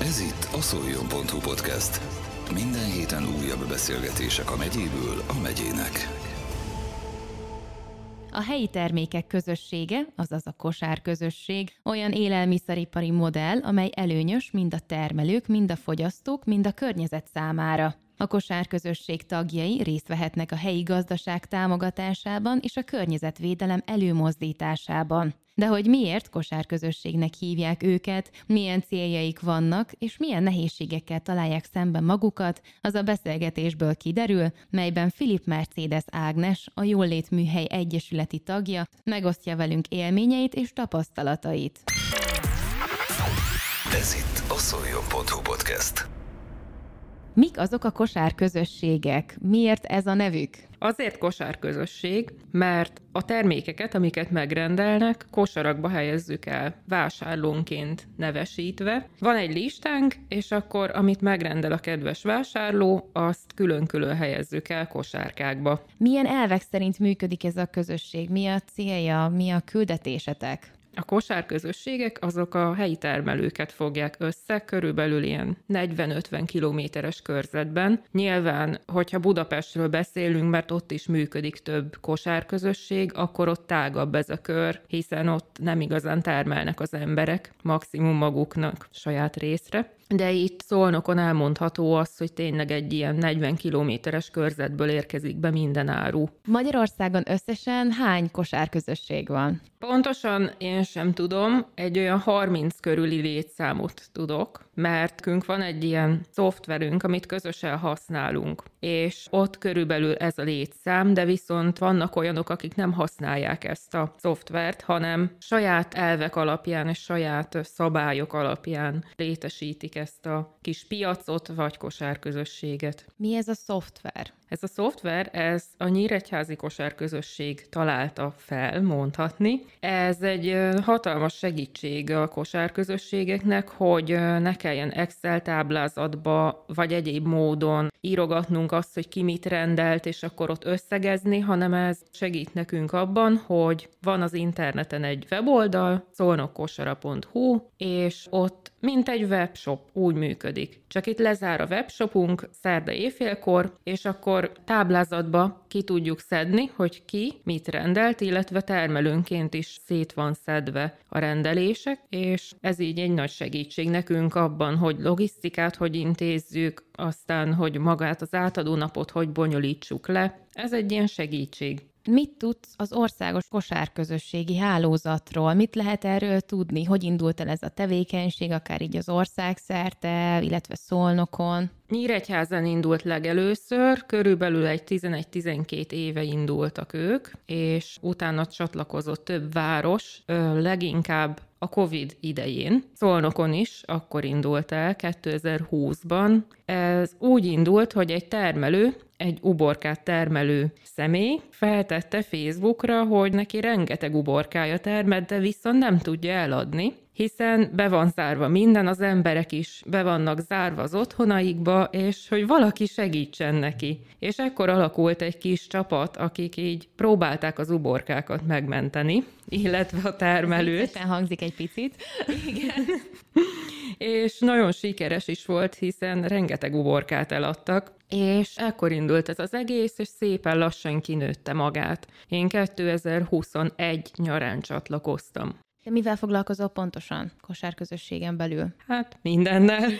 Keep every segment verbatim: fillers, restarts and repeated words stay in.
Ez itt a szoljon pont hu podcast. Minden héten újabb beszélgetések a megyéből a megyének. A helyi termékek közössége, azaz a kosárközösség, olyan élelmiszeripari modell, amely előnyös mind a termelők, mind a fogyasztók, mind a környezet számára. A kosárközösség tagjai részt vehetnek a helyi gazdaság támogatásában és a környezetvédelem előmozdításában. De hogy miért kosárközösségnek hívják őket, milyen céljaik vannak, és milyen nehézségekkel találják szemben magukat, az a beszélgetésből kiderül, melyben Filip Mercedes Ágnes, a Jólét Műhely Egyesületi tagja, megosztja velünk élményeit és tapasztalatait. Ez itt a szoljon pont hu podcast. Mik azok a kosárközösségek? Miért ez a nevük? Azért kosárközösség, mert a termékeket, amiket megrendelnek, kosarakba helyezzük el, vásárlónként nevesítve. Van egy listánk, és akkor, amit megrendel a kedves vásárló, azt külön-külön helyezzük el kosárkákba. Milyen elvek szerint működik ez a közösség? Mi a célja? Mi a küldetésetek? A kosárközösségek azok a helyi termelőket fogják össze, körülbelül ilyen negyven-ötven kilométeres körzetben. Nyilván, hogyha Budapestről beszélünk, mert ott is működik több kosárközösség, akkor ott tágabb ez a kör, hiszen ott nem igazán termelnek az emberek, maximum maguknak saját részre. De itt Szolnokon elmondható az, hogy tényleg egy ilyen negyven kilométeres körzetből érkezik be minden áru. Magyarországon összesen hány kosárközösség van? Pontosan én sem tudom, egy olyan harminc körüli létszámot tudok, mert nekünk van egy ilyen szoftverünk, amit közösen használunk, és ott körülbelül ez a létszám, de viszont vannak olyanok, akik nem használják ezt a szoftvert, hanem saját elvek alapján és saját szabályok alapján létesítik ezt a kis piacot vagy kosárközösséget. Mi ez a szoftver? Ez a szoftver, ez a Nyíregyházi Kosárközösség találta fel, mondhatni. Ez egy hatalmas segítség a kosárközösségeknek, hogy ne kelljen Excel táblázatba, vagy egyéb módon írogatnunk azt, hogy ki mit rendelt, és akkor ott összegezni, hanem ez segít nekünk abban, hogy van az interneten egy weboldal, szolnokkosara pont hu, és ott mint egy webshop úgy működik. Csak itt lezár a webshopunk szerda éjfélkor, és akkor táblázatba ki tudjuk szedni, hogy ki mit rendelt, illetve termelőnként is szét van szedve a rendelések, és ez így egy nagy segítség nekünk abban, hogy logisztikát hogy intézzük, aztán, hogy magát az átadó napot hogy bonyolítsuk le. Ez egy ilyen segítség. Mit tudsz az országos kosárközösségi hálózatról? Mit lehet erről tudni? Hogy indult el ez a tevékenység, akár így az országszerte, illetve Szolnokon? Nyíregyházán indult legelőször, körülbelül egy tizenegy-tizenkét éve indultak ők, és utána csatlakozott több város, leginkább a Covid idején. Szolnokon is akkor indult el, kétezer-húszban. Ez úgy indult, hogy egy termelő, egy uborkát termelő személy feltette Facebookra, hogy neki rengeteg uborkája termett, de viszont nem tudja eladni, hiszen be van zárva minden, az emberek is be vannak zárva az otthonaikba, és hogy valaki segítsen neki. És ekkor alakult egy kis csapat, akik így próbálták az uborkákat megmenteni, illetve a termelőt. Szépen hangzik egy picit. Igen. És nagyon sikeres is volt, hiszen rengeteg uborkát eladtak, és ekkor indult ez az egész, és szépen lassan kinőtte magát. Én kétezer-huszonegy nyarán csatlakoztam. De mivel foglalkozol pontosan kosárközösségen belül? Hát mindennel.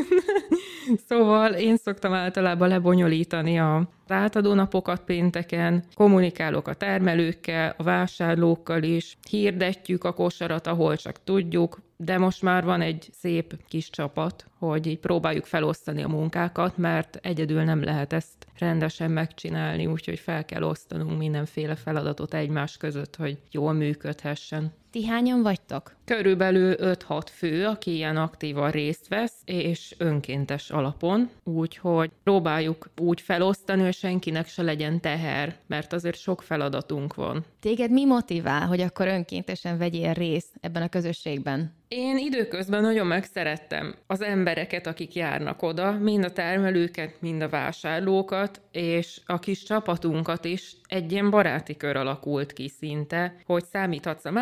Szóval én szoktam általában lebonyolítani a átadó napokat pénteken, kommunikálok a termelőkkel, a vásárlókkal is, hirdetjük a kosarat, ahol csak tudjuk, de most már van egy szép kis csapat, hogy így próbáljuk felosztani a munkákat, mert egyedül nem lehet ezt rendesen megcsinálni, úgyhogy fel kell osztanunk mindenféle feladatot egymás között, hogy jól működhessen. Ti hányan vagytok? Körülbelül öt-hat fő, aki ilyen aktívan részt vesz, és önkéntes alapon, úgyhogy próbáljuk úgy felosztani, hogy senkinek se legyen teher, mert azért sok feladatunk van. Téged mi motivál, hogy akkor önkéntesen vegyél részt ebben a közösségben? Én időközben nagyon megszerettem az embereket, akik járnak oda, mind a termelőket, mind a vásárlókat, és a kis csapatunkat is egy ilyen baráti kör alakult ki szinte, hogy számíthatsz a másikra,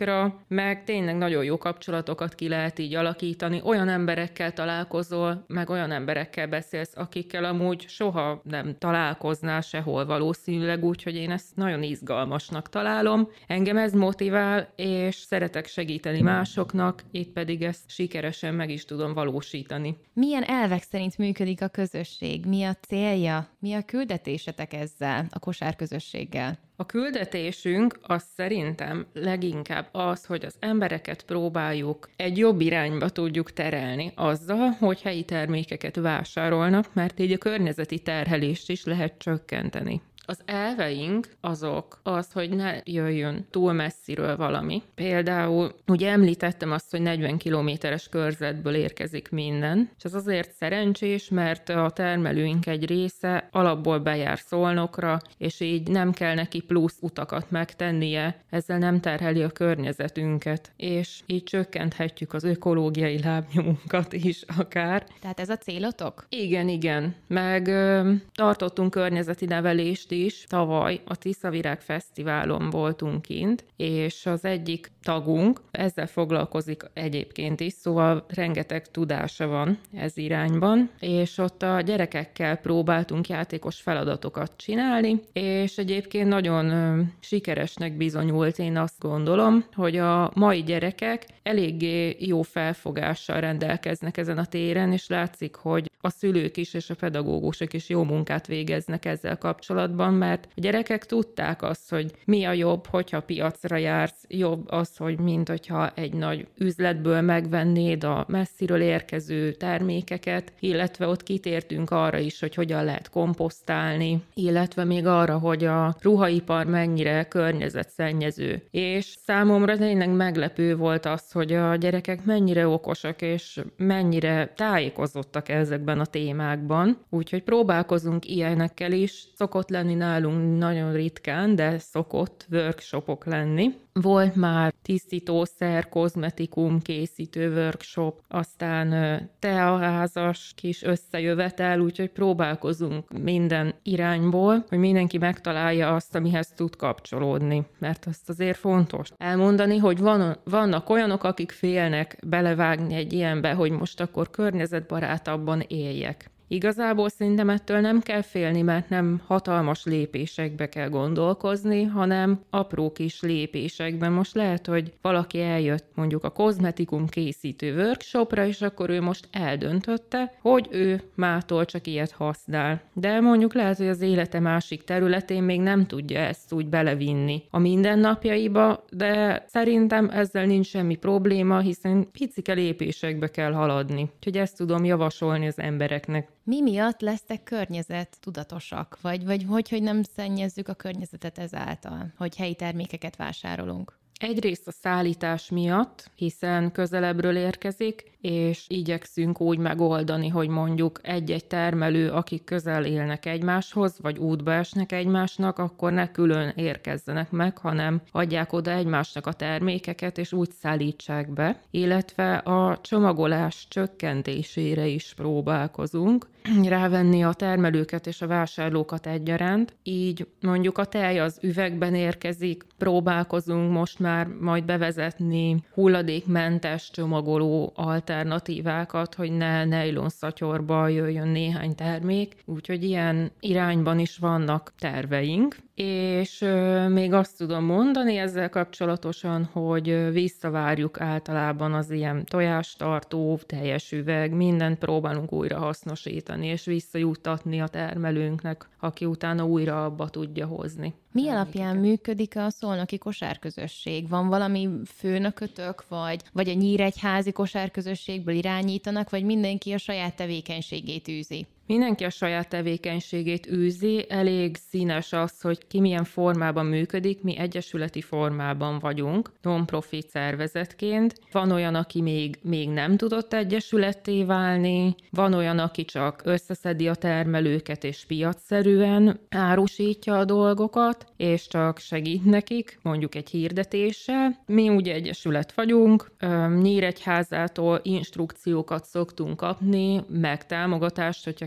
társainkra, meg tényleg nagyon jó kapcsolatokat ki lehet így alakítani. Olyan emberekkel találkozol, meg olyan emberekkel beszélsz, akikkel amúgy soha nem találkoznál sehol valószínűleg, úgyhogy én ezt nagyon izgalmasnak találom. Engem ez motivál, és szeretek segíteni másoknak, itt pedig ezt sikeresen meg is tudom valósítani. Milyen elvek szerint működik a közösség? Mi a célja? Mi a küldetésetek ezzel, a kosárközösséggel? A küldetésünk az szerintem leginkább az, hogy az embereket próbáljuk egy jobb irányba tudjuk terelni azzal, hogy helyi termékeket vásárolnak, mert így a környezeti terhelést is lehet csökkenteni. Az elveink azok az, hogy ne jöjjön túl messziről valami. Például ugye említettem azt, hogy negyven kilométeres körzetből érkezik minden, és ez azért szerencsés, mert a termelőink egy része alapból bejár Szolnokra, és így nem kell neki plusz utakat megtennie, ezzel nem terheli a környezetünket, és így csökkenthetjük az ökológiai lábnyomunkat is akár. Tehát ez a célotok? Igen, igen. Meg ö, tartottunk környezeti nevelést is. Tavaly a Tiszavirág Fesztiválon voltunk kint, és az egyik tagunk ezzel foglalkozik egyébként is, szóval rengeteg tudása van ez irányban, és ott a gyerekekkel próbáltunk játékos feladatokat csinálni, és egyébként nagyon ö, sikeresnek bizonyult, én azt gondolom, hogy a mai gyerekek eléggé jó felfogással rendelkeznek ezen a téren, és látszik, hogy a szülők is és a pedagógusok is jó munkát végeznek ezzel kapcsolatban, mert a gyerekek tudták azt, hogy mi a jobb, hogyha piacra jársz, jobb az, hogy mint hogyha egy nagy üzletből megvennéd a messziről érkező termékeket, illetve ott kitértünk arra is, hogy hogyan lehet komposztálni, illetve még arra, hogy a ruhaipar mennyire környezetszennyező. És számomra tényleg meglepő volt az, hogy a gyerekek mennyire okosak és mennyire tájékozottak ezekben a témákban. Úgyhogy próbálkozunk ilyenekkel is. Szokott lenni nálunk nagyon ritkán, de szokott workshopok lenni. Volt már tisztítószer, kozmetikum készítő workshop, aztán teaházas kis összejövetel, úgyhogy próbálkozunk minden irányból, hogy mindenki megtalálja azt, amihez tud kapcsolódni, mert azt azért fontos elmondani, hogy van, vannak olyanok, akik félnek belevágni egy ilyenbe, hogy most akkor környezetbarátabban éljek. Igazából szerintem ettől nem kell félni, mert nem hatalmas lépésekbe kell gondolkozni, hanem apró kis lépésekben. Most lehet, hogy valaki eljött mondjuk a kozmetikum készítő workshopra, és akkor ő most eldöntötte, hogy ő mától csak ilyet használ. De mondjuk lehet, hogy az élete másik területén még nem tudja ezt úgy belevinni a mindennapjaiba, de szerintem ezzel nincs semmi probléma, hiszen picike lépésekbe kell haladni. Úgyhogy ezt tudom javasolni az embereknek. Mi miatt lesztek környezet tudatosak? Vagy, vagy hogy, hogy nem szennyezzük a környezetet ezáltal, hogy helyi termékeket vásárolunk? Egyrészt a szállítás miatt, hiszen közelebbről érkezik, és igyekszünk úgy megoldani, hogy mondjuk egy-egy termelő, akik közel élnek egymáshoz, vagy útba esnek egymásnak, akkor ne külön érkezzenek meg, hanem adják oda egymásnak a termékeket, és úgy szállítsák be. Illetve a csomagolás csökkentésére is próbálkozunk, rávenni a termelőket és a vásárlókat egyaránt. Így mondjuk a tej az üvegben érkezik, próbálkozunk most már majd bevezetni hulladékmentes csomagoló alternatívákat, hogy ne nejlon szatyorba jöjjön néhány termék, úgyhogy ilyen irányban is vannak terveink. És euh, még azt tudom mondani ezzel kapcsolatosan, hogy euh, visszavárjuk általában az ilyen tojástartó, teljes üveg, mindent próbálunk újra hasznosítani, és visszajuttatni a termelőnknek, aki utána újra abba tudja hozni. Mi alapján működik a szolnoki kosárközösség? Van valami főnökötök, vagy, vagy a nyíregyházi kosárközösségből irányítanak, vagy mindenki a saját tevékenységét űzi? Mindenki a saját tevékenységét űzi, elég színes az, hogy ki milyen formában működik, mi egyesületi formában vagyunk, non-profit szervezetként. Van olyan, aki még, még nem tudott egyesületté válni, van olyan, aki csak összeszedi a termelőket és piacszerűen árusítja a dolgokat, és csak segít nekik, mondjuk egy hirdetéssel. Mi ugye egyesület vagyunk, Nyíregyházától instrukciókat szoktunk kapni, meg támogatást, hogyha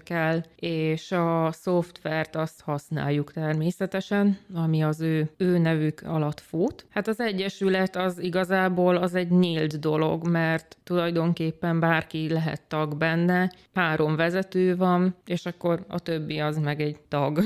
kell, és a szoftvert azt használjuk természetesen, ami az ő, ő nevük alatt fut. Hát az egyesület az igazából az egy nyílt dolog, mert tulajdonképpen bárki lehet tag benne, három vezető van, és akkor a többi az meg egy tag.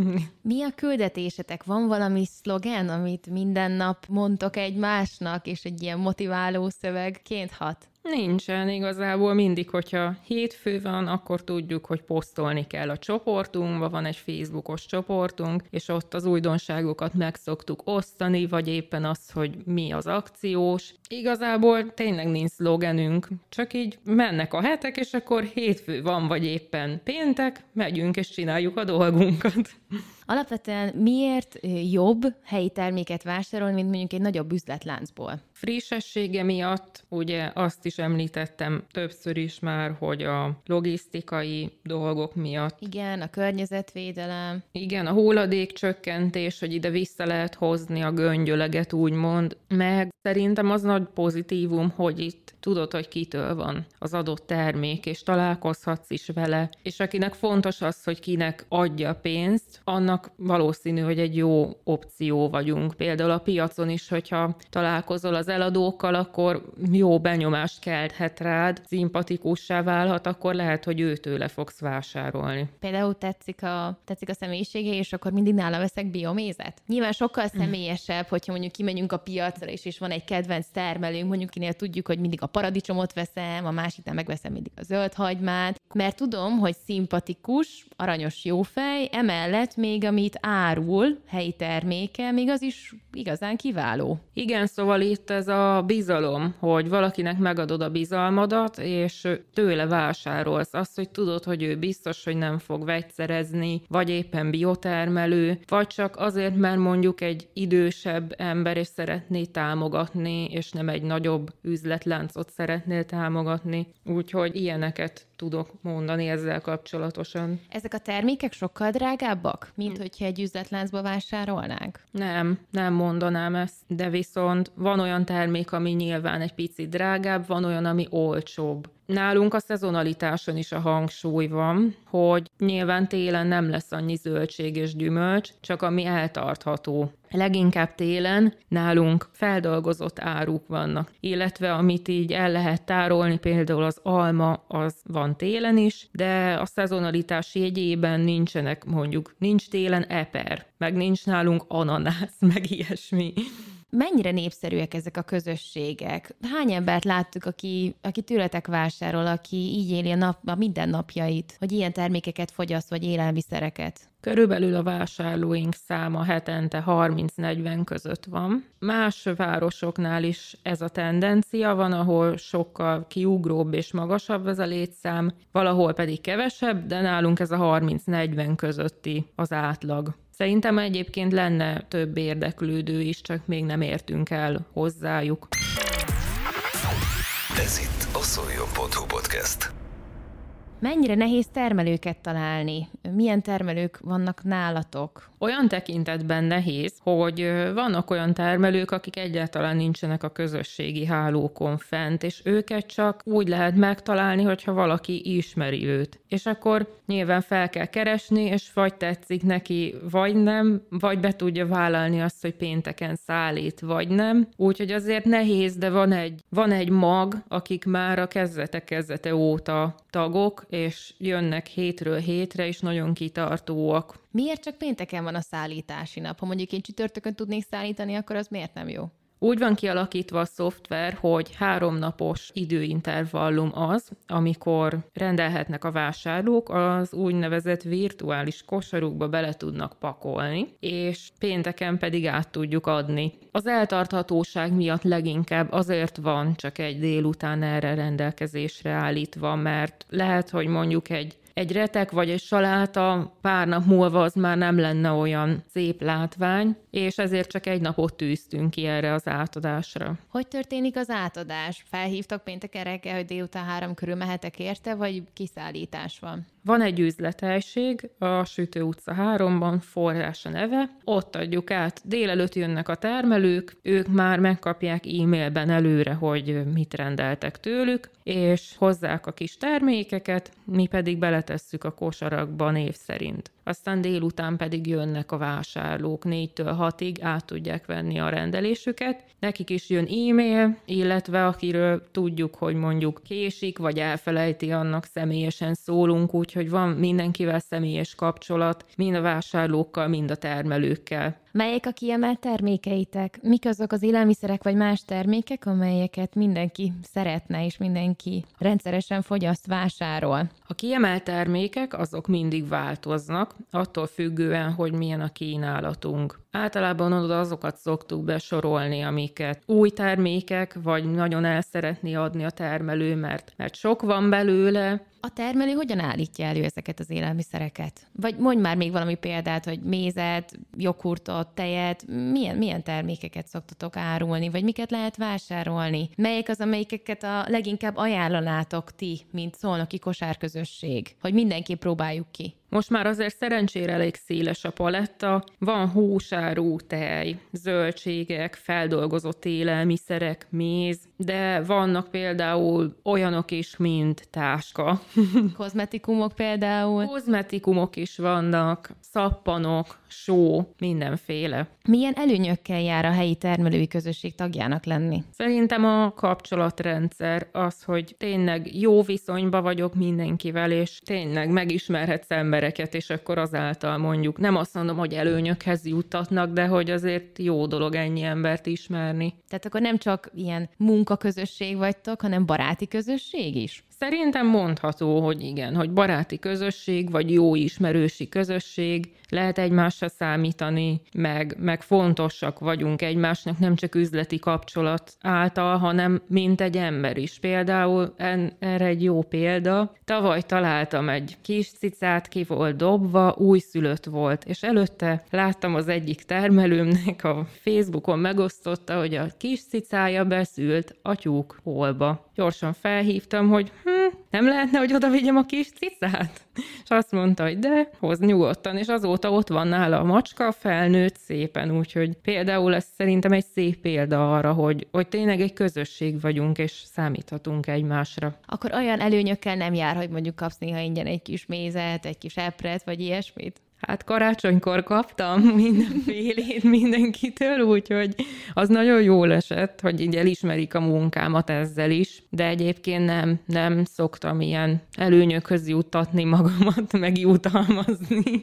Mi a küldetésetek? Van valami szlogen, amit minden nap mondtok egymásnak, és egy ilyen motiváló szövegként hat? Nincsen igazából, mindig, hogyha hétfő van, akkor tudjuk, hogy posztolni kell a csoportunkba, van egy Facebookos csoportunk, és ott az újdonságokat meg szoktuk osztani, vagy éppen az, hogy mi az akciós. Igazából tényleg nincs szlogenünk, csak így mennek a hetek, és akkor hétfő van, vagy éppen péntek, megyünk és csináljuk a dolgunkat. Alapvetően miért jobb helyi terméket vásárolni, mint mondjuk egy nagyobb üzletláncból? Frissessége miatt, ugye azt is említettem többször is már, hogy a logisztikai dolgok miatt. Igen, a környezetvédelem. Igen, a hulladékcsökkentés, hogy ide vissza lehet hozni a göngyöleget, úgymond. Meg szerintem az nagy pozitívum, hogy itt tudod, hogy kitől van az adott termék, és találkozhatsz is vele. És akinek fontos az, hogy kinek adja pénzt, annak valószínű, hogy egy jó opció vagyunk. Például a piacon is, hogyha találkozol az eladókkal, akkor jó benyomást kelthet rád, szimpatikussá válhat, akkor lehet, hogy őtőle fogsz vásárolni. Például tetszik a, tetszik a személyisége, és akkor mindig nála veszek biomézet. Nyilván sokkal személyesebb, hogyha mondjuk kimegyünk a piacra, és, és van egy kedvenc termelőnk, mondjuk kinél tudjuk, hogy mindig a paradicsomot veszem, a másiknál megveszem mindig a zöld hagymát, mert tudom, hogy szimpatikus, aranyos jófej, emellett még amit árul, helyi terméke, még az is igazán kiváló. Igen, szóval itt ez a bizalom, hogy valakinek megadod a bizalmadat, és tőle vásárolsz. Azt, hogy tudod, hogy ő biztos, hogy nem fog vegyszerezni, vagy éppen biotermelő, vagy csak azért, mert mondjuk egy idősebb ember, és szeretné támogatni, és nem egy nagyobb üzletláncot szeretnél támogatni. Úgyhogy ilyeneket tudok mondani ezzel kapcsolatosan. Ezek a termékek sokkal drágábbak, mint hogyha egy üzletláncba vásárolnánk? Nem, nem mondanám ezt, de viszont van olyan termék, ami nyilván egy picit drágább, van olyan, ami olcsóbb. Nálunk a szezonalitáson is a hangsúly van, hogy nyilván télen nem lesz annyi zöldség és gyümölcs, csak ami eltartható. Leginkább télen nálunk feldolgozott áruk vannak, illetve amit így el lehet tárolni, például az alma, az van télen is, de a szezonalitás jegyében nincsenek, mondjuk nincs télen eper, meg nincs nálunk ananász, meg ilyesmi. Mennyire népszerűek ezek a közösségek? Hány embert láttuk, aki, aki tőletek vásárol, aki így éli a, nap, a mindennapjait, hogy ilyen termékeket fogyaszt, vagy élelmiszereket? Körülbelül a vásárlóink száma hetente harminc-negyven között van. Más városoknál is ez a tendencia van, ahol sokkal kiugróbb és magasabb ez a létszám, valahol pedig kevesebb, de nálunk ez a harminc-negyven közötti az átlag. Szerintem egyébként lenne több érdeklődő is, csak még nem értünk el hozzájuk. Ez itt a Szoljon pont hu podcast. Mennyire nehéz termelőket találni? Milyen termelők vannak nálatok? Olyan tekintetben nehéz, hogy vannak olyan termelők, akik egyáltalán nincsenek a közösségi hálókon fent, és őket csak úgy lehet megtalálni, hogyha valaki ismeri őt. És akkor nyilván fel kell keresni, és vagy tetszik neki, vagy nem, vagy be tudja vállalni azt, hogy pénteken szállít, vagy nem. Úgyhogy azért nehéz, de van egy, van egy mag, akik már a kezdete-kezdete óta tagok, és jönnek hétről hétre, és nagyon kitartóak. Miért csak pénteken van a szállítási nap? Ha mondjuk én csütörtökön tudnék szállítani, akkor az miért nem jó? Úgy van kialakítva a szoftver, hogy háromnapos időintervallum az, amikor rendelhetnek a vásárlók, az úgynevezett virtuális kosarukba bele tudnak pakolni, és pénteken pedig át tudjuk adni. Az eltarthatóság miatt leginkább azért van csak egy délután erre rendelkezésre állítva, mert lehet, hogy mondjuk egy Egy retek vagy egy saláta pár nap múlva az már nem lenne olyan szép látvány, és ezért csak egy napot tűztünk ki erre az átadásra. Hogy történik az átadás? Felhívtak pénteken reggel, hogy délután három körül mehetek érte, vagy kiszállítás van? Van egy üzlethelység, a Sütő utca háromban, Forrás a neve, ott adjuk át, délelőtt jönnek a termelők, ők már megkapják e-mailben előre, hogy mit rendeltek tőlük, és hozzák a kis termékeket, mi pedig beletesszük a kosarakba név szerint. Aztán délután pedig jönnek a vásárlók, négytől hatig át tudják venni a rendelésüket. Nekik is jön e-mail, illetve akiről tudjuk, hogy mondjuk késik, vagy elfelejti, annak személyesen szólunk, úgyhogy van mindenkivel személyes kapcsolat, mind a vásárlókkal, mind a termelőkkel. Melyek a kiemelt termékeitek? Mik azok az élelmiszerek vagy más termékek, amelyeket mindenki szeretne és mindenki rendszeresen fogyaszt, vásárol? A kiemelt termékek azok mindig változnak, attól függően, hogy milyen a kínálatunk. Általában oda azokat szoktuk besorolni, amiket új termékek, vagy nagyon el szeretné adni a termelő, mert, mert sok van belőle. A termelő hogyan állítja elő ezeket az élelmiszereket? Vagy mondj már még valami példát, hogy mézet, joghurtot, tejet, milyen, milyen termékeket szoktatok árulni, vagy miket lehet vásárolni? Melyek az, amelyeket a leginkább ajánlanátok ti, mint szolnoki kosárközösség, hogy mindenképp próbáljuk ki? Most már azért szerencsére elég széles a paletta, van húsáru, tej, zöldségek, feldolgozott élelmiszerek, méz, de vannak például olyanok is, mint táska. Kozmetikumok például? Kozmetikumok is vannak, szappanok, só, mindenféle. Milyen előnyökkel jár a helyi termelői közösség tagjának lenni? Szerintem a kapcsolatrendszer az, hogy tényleg jó viszonyban vagyok mindenkivel, és tényleg megismerhetsz embereket, és akkor azáltal mondjuk, nem azt mondom, hogy előnyökhez juttatnak, de hogy azért jó dolog ennyi embert ismerni. Tehát akkor nem csak ilyen munkaközösség vagytok, hanem baráti közösség is? Szerintem mondható, hogy igen, hogy baráti közösség, vagy jó ismerősi közösség, lehet egymásra számítani, meg, meg fontosak vagyunk egymásnak, nem csak üzleti kapcsolat által, hanem mint egy ember is. Például en, erre egy jó példa, tavaly találtam egy kis cicát, ki volt dobva, újszülött volt, és előtte láttam az egyik termelőmnek a Facebookon megosztotta, hogy a kis cicája beszült a tyúk holba. Gyorsan felhívtam, hogy hm, nem lehetne, hogy oda vigyem a kis cicát? És azt mondta, hogy de, hozd nyugodtan, és azóta ott van nála a macska, felnőtt szépen, úgyhogy például ez szerintem egy szép példa arra, hogy, hogy tényleg egy közösség vagyunk, és számíthatunk egymásra. Akkor olyan előnyökkel nem jár, hogy mondjuk kapsz néha ingyen egy kis mézet, egy kis epret, vagy ilyesmit? Hát karácsonykor kaptam mindenfélét mindenkitől, úgyhogy az nagyon jól esett, hogy így elismerik a munkámat ezzel is, de egyébként nem, nem szoktam ilyen előnyökhöz juttatni magamat, meg jutalmazni.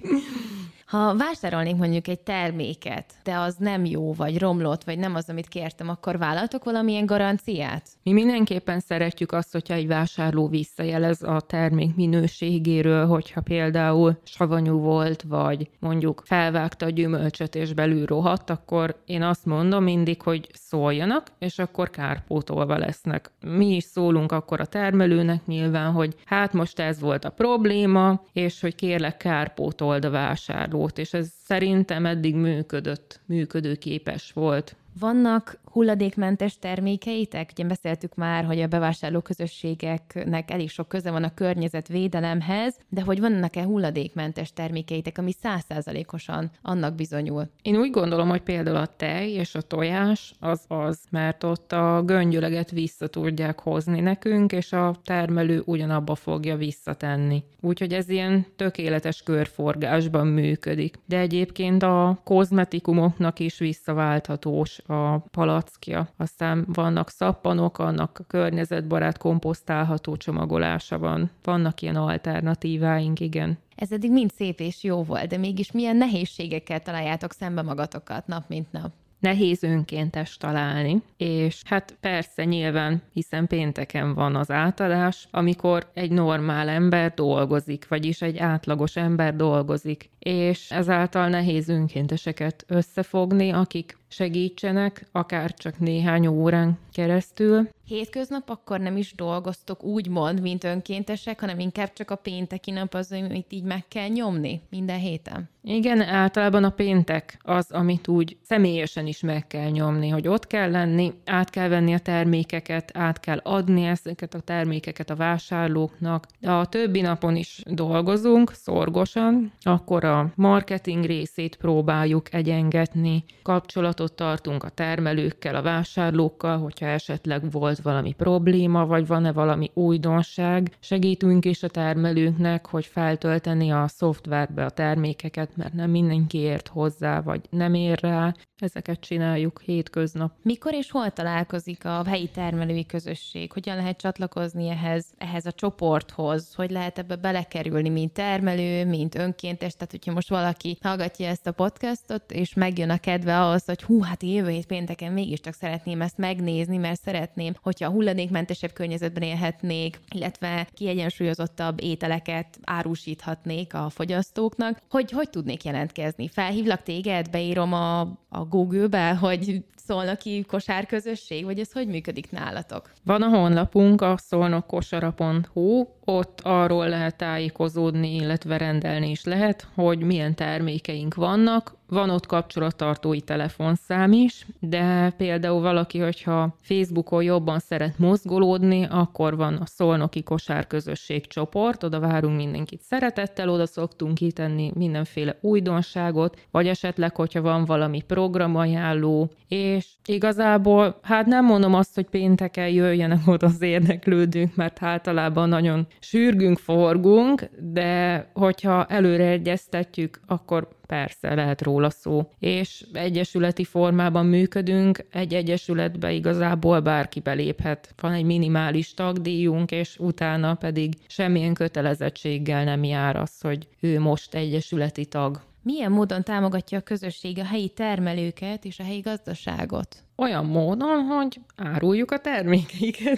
Ha vásárolnék mondjuk egy terméket, de az nem jó, vagy romlott, vagy nem az, amit kértem, akkor vállaltok valamilyen garanciát? Mi mindenképpen szeretjük azt, hogyha egy vásárló visszajelez a termék minőségéről, hogyha például savanyú volt, vagy mondjuk felvágta a gyümölcsöt és belül rohadt, akkor én azt mondom mindig, hogy szóljanak, és akkor kárpótolva lesznek. Mi is szólunk akkor a termelőnek nyilván, hogy hát most ez volt a probléma, és hogy kérlek kárpótold a vásárló. És ez szerintem eddig működött, működőképes volt. Vannak hulladékmentes termékeitek? Ugye beszéltük már, hogy a bevásárló közösségeknek elég sok köze van a környezetvédelemhez, de hogy vannak-e hulladékmentes termékeitek, ami száz százalékosan annak bizonyul? Én úgy gondolom, hogy például a tej és a tojás az az, mert ott a göngyöleget vissza tudják hozni nekünk, és a termelő ugyanabba fogja visszatenni. Úgyhogy ez ilyen tökéletes körforgásban működik. De egyébként a kozmetikumoknak is visszaválthatós a palackja. Aztán vannak szappanok, annak a környezetbarát komposztálható csomagolása van. Vannak ilyen alternatíváink, igen. Ez eddig mind szép és jó volt, de mégis milyen nehézségekkel találjátok szembe magatokat nap mint nap? Nehéz önkéntes találni, és hát persze nyilván, hiszen pénteken van az átadás, amikor egy normál ember dolgozik, vagyis egy átlagos ember dolgozik, és ezáltal nehéz önkénteseket összefogni, akik segítsenek, akár csak néhány órán keresztül. Hétköznap akkor nem is dolgoztok úgymond, mint önkéntesek, hanem inkább csak a pénteki nap az, amit így meg kell nyomni minden héten? Igen, általában a péntek az, amit úgy személyesen is meg kell nyomni, hogy ott kell lenni, át kell venni a termékeket, át kell adni ezeket a termékeket a vásárlóknak. A többi napon is dolgozunk szorgosan, akkor a marketing részét próbáljuk egyengetni, kapcsolatot tartunk a termelőkkel, a vásárlókkal, hogyha esetleg volt valami probléma, vagy van-e valami újdonság. Segítünk is a termelőknek, hogy feltölteni a szoftverbe a termékeket, mert nem mindenki ért hozzá, vagy nem ér rá. Ezeket csináljuk hétköznap. Mikor és hol találkozik a helyi termelői közösség? Hogyan lehet csatlakozni ehhez, ehhez a csoporthoz? Hogy lehet ebbe belekerülni, mint termelő, mint önkéntes? Tehát, hogyha most valaki hallgatja ezt a podcastot, és megjön a kedve ahhoz, hogy hú, hát jövő hét pénteken mégiscsak szeretném ezt megnézni, mert szeretném, hogyha hulladékmentesebb környezetben élhetnék, illetve kiegyensúlyozottabb ételeket árusíthatnék a fogyasztóknak. Hogy, hogy tudnék jelentkezni? Felhívlak téged, beírom a, a Google-be, hogy szolnoki kosárközösség, vagy ez hogy működik nálatok? Van a honlapunk, a szolnokkosara pont hu, ott arról lehet tájékozódni, illetve rendelni is lehet, hogy milyen termékeink vannak. Van ott kapcsolattartói telefonszám is, de például valaki, hogyha Facebookon jobban szeret mozgolódni, akkor van a Szolnoki Kosárközösség csoport, oda várunk mindenkit szeretettel, oda szoktunk kitenni mindenféle újdonságot, vagy esetleg, hogyha van valami programajánló, és igazából, hát nem mondom azt, hogy pénteken jöjjenek oda az érdeklődők, mert általában nagyon sürgünk, forgunk, de hogyha előre egyeztetjük, akkor persze, lehet róla szó. És egyesületi formában működünk, egy egyesületbe igazából bárki beléphet. Van egy minimális tagdíjunk, és utána pedig semmilyen kötelezettséggel nem jár az, hogy ő most egyesületi tag. Milyen módon támogatja a közösség a helyi termelőket és a helyi gazdaságot? Olyan módon, hogy áruljuk a termékeiket.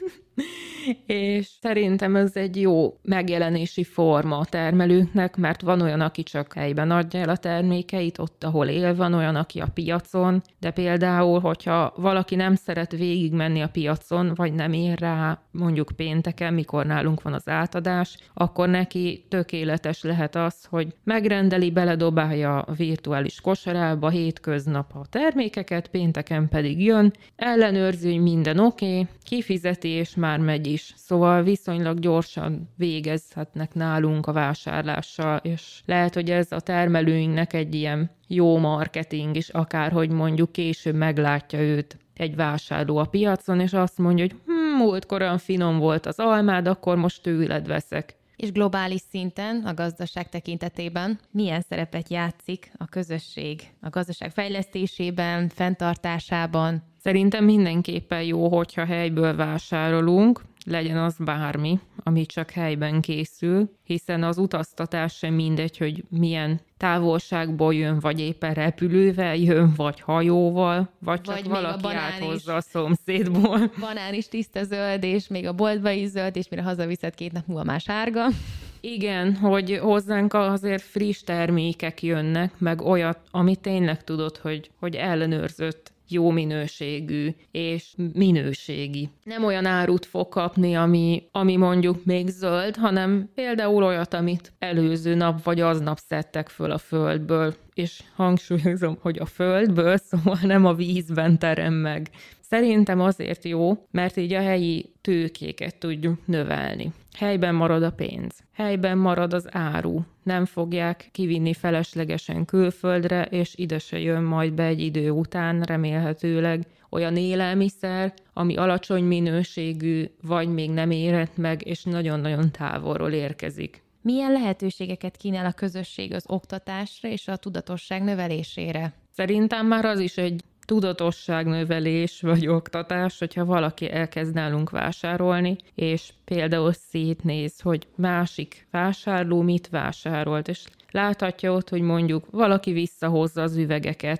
És szerintem ez egy jó megjelenési forma a termelőknek, mert van olyan, aki csak helyben adja el a termékeit, ott, ahol él, van olyan, aki a piacon, de például, hogyha valaki nem szeret végigmenni a piacon, vagy nem ér rá mondjuk pénteken, mikor nálunk van az átadás, akkor neki tökéletes lehet az, hogy megrendeli, beledobálja a virtuális kosarába hétköznap a termékeket, pénteken pedig jön, ellenőrzi, hogy minden oké, okay, kifizeti, és már megy is. Szóval viszonylag gyorsan végezhetnek nálunk a vásárlással, és lehet, hogy ez a termelőinknek egy ilyen jó marketing is, akárhogy mondjuk később meglátja őt egy vásárló a piacon, és azt mondja, hogy hm, múltkor olyan finom volt az almád, akkor most tőled veszek. És globális szinten, a gazdaság tekintetében milyen szerepet játszik a közösség a gazdaság fejlesztésében, fenntartásában? Szerintem mindenképpen jó, hogyha helyből vásárolunk, legyen az bármi, ami csak helyben készül, hiszen az utaztatás sem mindegy, hogy milyen távolságból jön, vagy éppen repülővel jön, vagy hajóval, vagy csak vagy valaki áthozza a szomszédból. Banán is tiszta zöld, és még a boltba is zöld, és mire hazaviszed két nap múlva már sárga. Igen, hogy hozzánk azért friss termékek jönnek, meg olyat, ami tényleg tudod, hogy, hogy ellenőrzött, jó minőségű és minőségi. Nem olyan árut fog kapni, ami, ami mondjuk még zöld, hanem például olyat, amit előző nap vagy aznap szedtek föl a földből, és hangsúlyozom, hogy a földből, szóval nem a vízben terem meg. Szerintem azért jó, mert így a helyi tőkéket tudjuk növelni. Helyben marad a pénz, helyben marad az áru, nem fogják kivinni feleslegesen külföldre, és ide se jön majd be egy idő után, remélhetőleg olyan élelmiszer, ami alacsony minőségű, vagy még nem érett meg, és nagyon-nagyon távolról érkezik. Milyen lehetőségeket kínál a közösség az oktatásra és a tudatosság növelésére? Szerintem már az is egy tudatosságnövelés vagy oktatás, hogyha valaki elkezd nálunk vásárolni, és például szétnéz, hogy másik vásárló mit vásárolt, és láthatja ott, hogy mondjuk valaki visszahozza az üvegeket,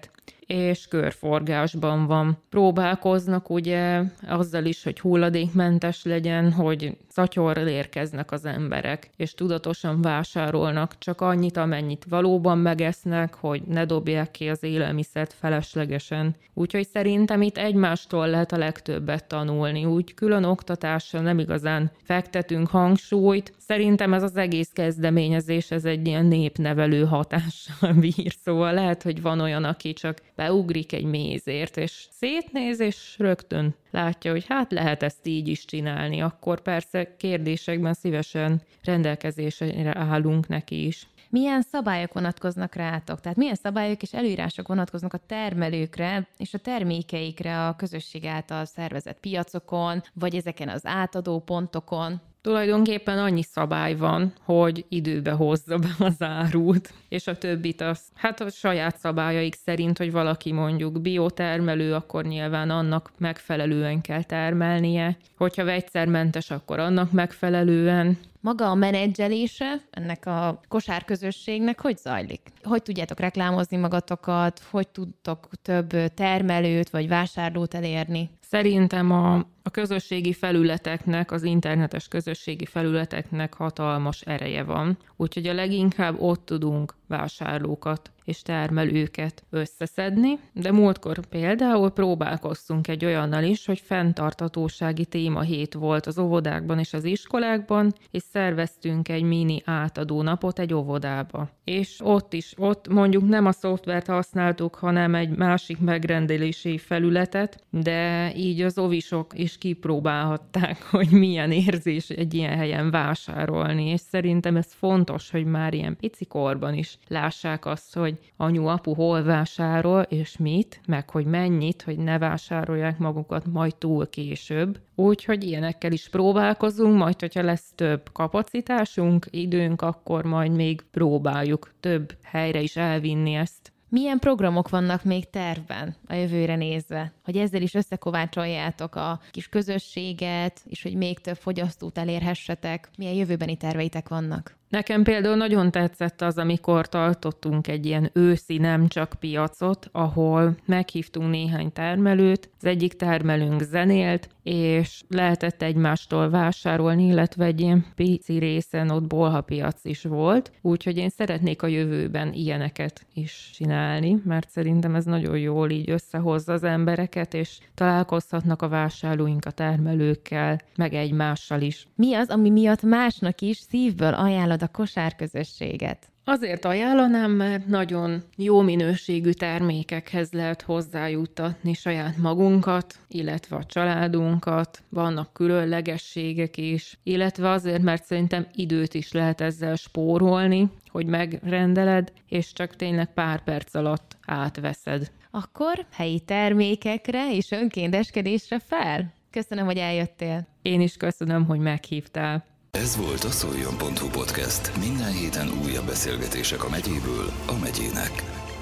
és körforgásban van. Próbálkoznak ugye azzal is, hogy hulladékmentes legyen, hogy szatyorral érkeznek az emberek, és tudatosan vásárolnak csak annyit, amennyit valóban megesznek, hogy ne dobják ki az élelmiszert feleslegesen. Úgyhogy szerintem itt egymástól lehet a legtöbbet tanulni. Úgy külön oktatással nem igazán fektetünk hangsúlyt. Szerintem ez az egész kezdeményezés, ez egy ilyen népnevelő hatással bír. Szóval lehet, hogy van olyan, aki csak beugrik egy mézért, és szétnéz, és rögtön látja, hogy hát lehet ezt így is csinálni. Akkor persze kérdésekben szívesen rendelkezésre állunk neki is. Milyen szabályok vonatkoznak rátok? Tehát milyen szabályok és előírások vonatkoznak a termelőkre és a termékeikre a közösség által szervezett piacokon, vagy ezeken az átadó pontokon? Tulajdonképpen annyi szabály van, hogy időbe hozza be az árut, és a többit az, hát a saját szabályaik szerint, hogy valaki mondjuk biotermelő, akkor nyilván annak megfelelően kell termelnie, hogyha vegyszermentes, akkor annak megfelelően. Maga a menedzselése ennek a kosárközösségnek hogy zajlik? Hogy tudjátok reklámozni magatokat? Hogy tudtok több termelőt vagy vásárlót elérni? Szerintem a, a közösségi felületeknek, az internetes közösségi felületeknek hatalmas ereje van. Úgyhogy a leginkább ott tudunk vásárlókat és termelőket összeszedni, de múltkor például próbálkoztunk egy olyannal is, hogy fenntarthatósági témahét volt az óvodákban és az iskolákban, és szerveztünk egy mini átadó napot egy óvodába. És ott is, ott mondjuk nem a szoftvert használtuk, hanem egy másik megrendelési felületet, de így az ovisok is kipróbálhatták, hogy milyen érzés egy ilyen helyen vásárolni, és szerintem ez fontos, hogy már ilyen picikorban is lássák azt, hogy anyu, apu hol vásárol, és mit, meg hogy mennyit, hogy ne vásárolják magukat majd túl később. Úgyhogy ilyenekkel is próbálkozunk, majd hogyha lesz több kapacitásunk, időnk, akkor majd még próbáljuk több helyre is elvinni ezt. Milyen programok vannak még tervben a jövőre nézve? Hogy ezzel is összekovácsoljátok a kis közösséget, és hogy még több fogyasztót elérhessetek. Milyen jövőbeni terveitek vannak? Nekem például nagyon tetszett az, amikor tartottunk egy ilyen őszi nem csak piacot, ahol meghívtunk néhány termelőt, az egyik termelőnk zenélt, és lehetett egymástól vásárolni, illetve egy ilyen pici részen ott bolhapiac is volt, úgyhogy én szeretnék a jövőben ilyeneket is csinálni, mert szerintem ez nagyon jól így összehozza az embereket, és találkozhatnak a vásárlóink a termelőkkel, meg egymással is. Mi az, ami miatt másnak is szívből ajánlod a kosárközösséget? Azért ajánlanám, mert nagyon jó minőségű termékekhez lehet hozzájuttatni saját magunkat, illetve a családunkat, vannak különlegességek is, illetve azért, mert szerintem időt is lehet ezzel spórolni, hogy megrendeled, és csak tényleg pár perc alatt átveszed. Akkor helyi termékekre és önkénteskedésre fel? Köszönöm, hogy eljöttél. Én is köszönöm, hogy meghívtál. Ez volt a szóljon pont hu podcast. Minden héten újabb beszélgetések a megyéből a megyének.